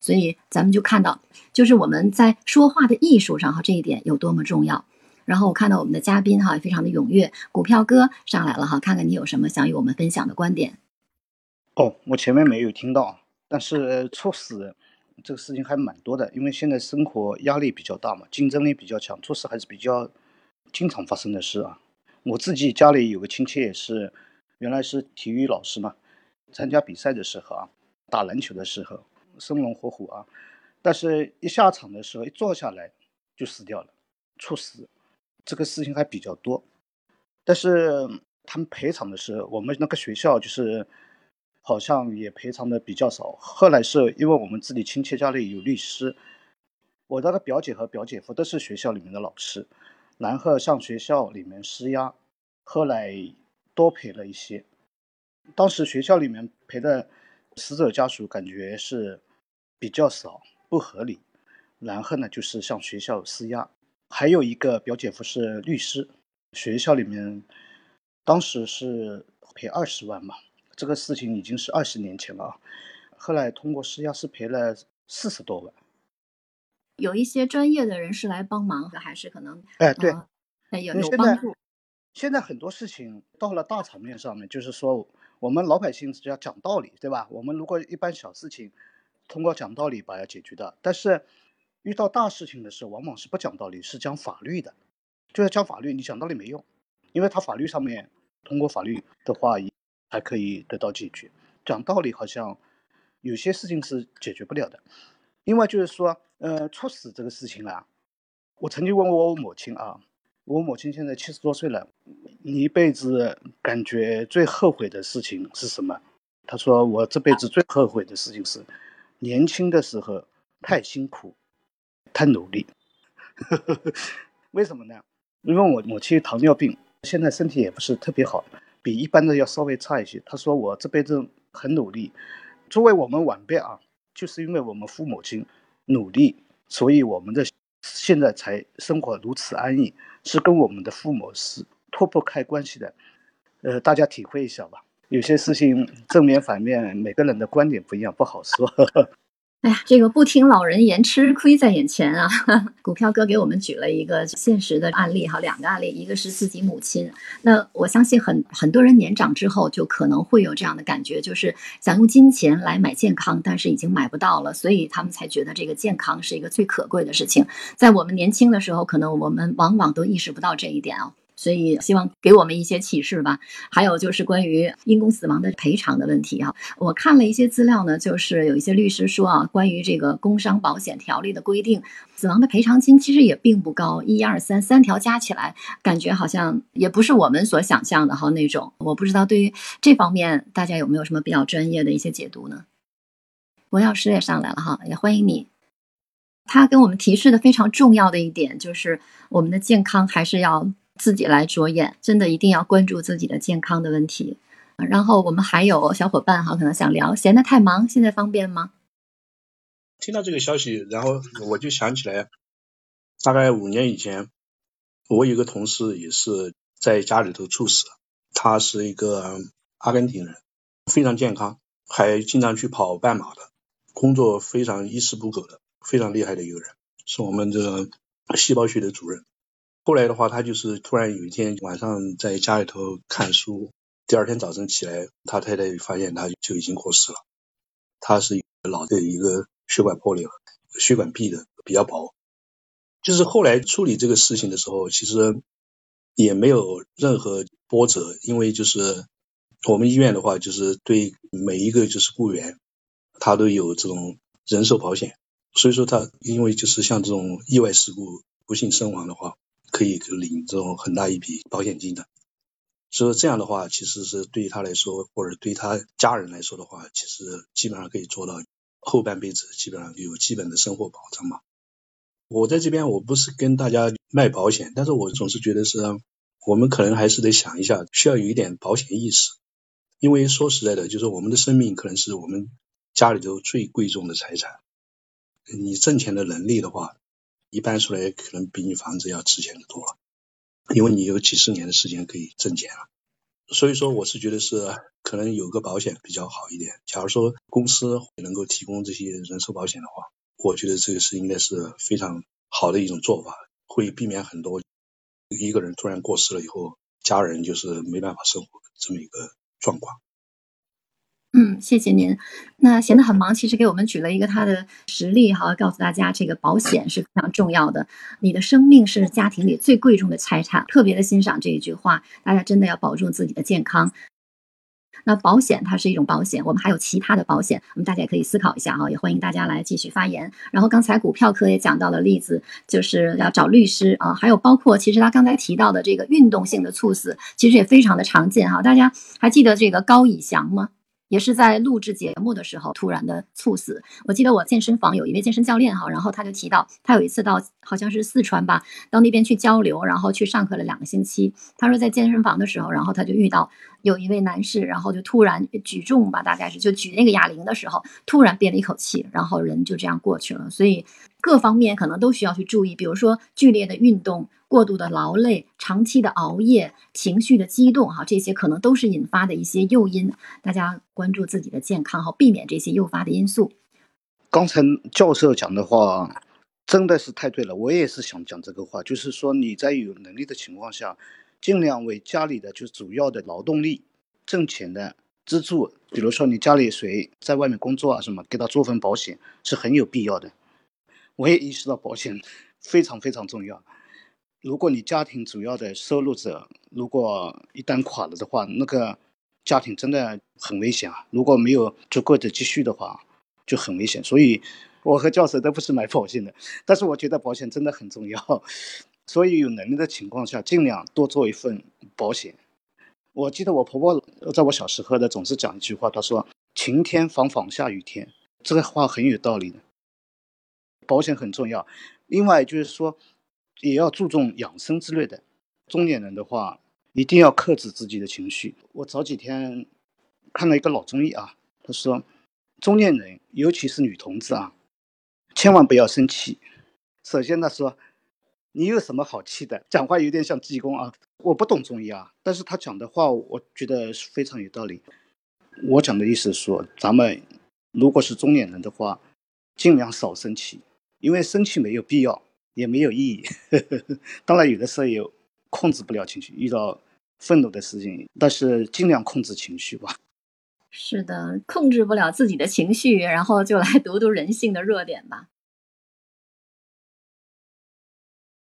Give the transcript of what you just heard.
所以咱们就看到，就是我们在说话的艺术上这一点有多么重要。然后我看到我们的嘉宾也非常的踊跃，股票哥上来了看看你有什么想与我们分享的观点。 我前面没有听到，但是猝死这个事情还蛮多的，因为现在生活压力比较大嘛，竞争力比较强，猝死还是比较经常发生的事啊。我自己家里有个亲戚也是，原来是体育老师嘛，参加比赛的时候打篮球的时候生龙活虎但是一下场的时候一坐下来就死掉了，猝死这个事情还比较多。但是他们赔偿的时候，我们那个学校就是好像也赔偿的比较少。后来是因为我们自己亲戚家里有律师，我那个表姐和表姐夫都是学校里面的老师，然后向学校里面施压，后来多赔了一些。当时学校里面赔的死者家属感觉是比较少，不合理，然后呢就是向学校施压。还有一个表姐夫是律师，学校里面当时是赔20万嘛，这个事情已经是20年前了后来通过施压是赔了40多万。 有一些专业的人士来帮忙，还是可能对， 有帮助。 现在很多事情到了大场面上面，就是说我们老百姓只要讲道理，对吧？我们如果一般小事情通过讲道理把它解决的，但是遇到大事情的时候往往是不讲道理，是讲法律的。就是讲法律，你讲道理没用，因为他法律上面通过法律的话还可以得到解决，讲道理好像有些事情是解决不了的。另外就是说猝死这个事情我曾经问过我母亲我母亲现在70多岁了，你一辈子感觉最后悔的事情是什么？她说我这辈子最后悔的事情是年轻的时候太辛苦太努力为什么呢？因为我母亲糖尿病，现在身体也不是特别好，比一般的要稍微差一些。她说我这辈子很努力，作为我们晚辈就是因为我们父母亲努力，所以我们的现在才生活如此安逸，是跟我们的父母是脱不开关系的。大家体会一下吧。有些事情正面反面，每个人的观点不一样，不好说。 哎呀，这个不听老人言，吃亏在眼前啊！股票哥给我们举了一个现实的案例2个案例，一个是自己母亲。那我相信很多人年长之后就可能会有这样的感觉，就是想用金钱来买健康，但是已经买不到了，所以他们才觉得这个健康是一个最可贵的事情。在我们年轻的时候，可能我们往往都意识不到这一点所以希望给我们一些启示吧。还有就是关于因公死亡的赔偿的问题我看了一些资料呢，就是有一些律师说关于这个工伤保险条例的规定，死亡的赔偿金其实也并不高，1、2、3条加起来，感觉好像也不是我们所想象的那种。我不知道对于这方面大家有没有什么比较专业的一些解读呢？罗药师也上来了也欢迎你。他跟我们提示的非常重要的一点就是我们的健康还是要自己来着眼，真的一定要关注自己的健康的问题。然后我们还有小伙伴可能想聊，闲得太忙，现在方便吗？ 听到这个消息，然后我就想起来，大概5年以前，我有个同事也是在家里头猝死，他是一个阿根廷人，非常健康，还经常去跑半马的，工作非常一丝不苟的，非常厉害的一个人，是我们这个细胞学的主任。后来的话，他就是突然有一天晚上在家里头看书，第二天早晨起来，他太太发现他就已经过世了。他是脑的一个血管破裂了，血管壁的比较薄。就是后来处理这个事情的时候，其实也没有任何波折，因为就是我们医院的话，就是对每一个就是雇员，他都有这种人寿保险，所以说他因为就是像这种意外事故不幸身亡的话，可以领这种很大一笔保险金的。所以这样的话，其实是对他来说，或者对他家人来说的话，其实基本上可以做到后半辈子基本上有基本的生活保障嘛。我在这边我不是跟大家卖保险，但是我总是觉得是我们可能还是得想一下，需要有一点保险意识。因为说实在的，就是我们的生命可能是我们家里头最贵重的财产。你挣钱的能力的话，一般说来可能比你房子要值钱的多了，因为你有几十年的时间可以挣钱了。 所以说我是觉得是可能有个保险比较好一点。假如说公司能够提供这些人寿保险的话，我觉得这个是应该是非常好的一种做法，会避免很多一个人突然过世了以后，家人就是没办法生活这么一个状况。 谢谢您。那闲得很忙，其实给我们举了一个他的实例哈，告诉大家这个保险是非常重要的。你的生命是家庭里最贵重的财产，特别的欣赏这一句话，大家真的要保重自己的健康。那保险它是一种保险，我们还有其他的保险，我们大家也可以思考一下哈，也欢迎大家来继续发言。然后刚才股票科也讲到了例子，就是要找律师啊，还有包括其实他刚才提到的这个运动性的猝死，其实也非常的常见哈。大家还记得这个高以翔吗？也是在录制节目的时候突然的猝死。我记得我健身房有一位健身教练哈，然后他就提到他有一次到好像是四川吧，到那边去交流，然后去上课了2个星期。他说在健身房的时候，然后他就遇到有一位男士，然后就突然举重吧，大概是就举那个哑铃的时候，突然憋了一口气，然后人就这样过去了。所以各方面可能都需要去注意，比如说剧烈的运动、过度的劳累、长期的熬夜、情绪的激动哈，这些可能都是引发的一些诱因。大家关注自己的健康，避免这些诱发的因素。 刚才教授讲的话真的是太对了，我也是想讲这个话，就是说你在有能力的情况下，尽量为家里的就是主要的劳动力挣钱的支柱，比如说你家里谁在外面工作啊什么，给他做份保险是很有必要的。我也意识到保险非常非常重要。如果你家庭主要的收入者如果一旦垮了的话，那个家庭真的很危险啊！如果没有足够的积蓄的话，就很危险。所以我和教授都不是买保险的，但是我觉得保险真的很重要。所以有能力的情况下，尽量多做一份保险。我记得我婆婆在我小时候的总是讲一句话，她说晴天防防下雨天，这个话很有道理的。保险很重要。另外就是说也要注重养生之类的。中年人的话一定要克制自己的情绪。我早几天看了一个老中医啊，他说中年人尤其是女同志啊，千万不要生气。首先他说你有什么好气的，讲话有点像济公啊。我不懂中医啊，但是他讲的话我觉得非常有道理。我讲的意思是说，咱们如果是中年人的话，尽量少生气，因为生气没有必要，也没有意义。当然有的时候也控制不了情绪，遇到愤怒的事情，但是尽量控制情绪吧。 是的，控制不了自己的情绪，然后就来读读人性的弱点吧。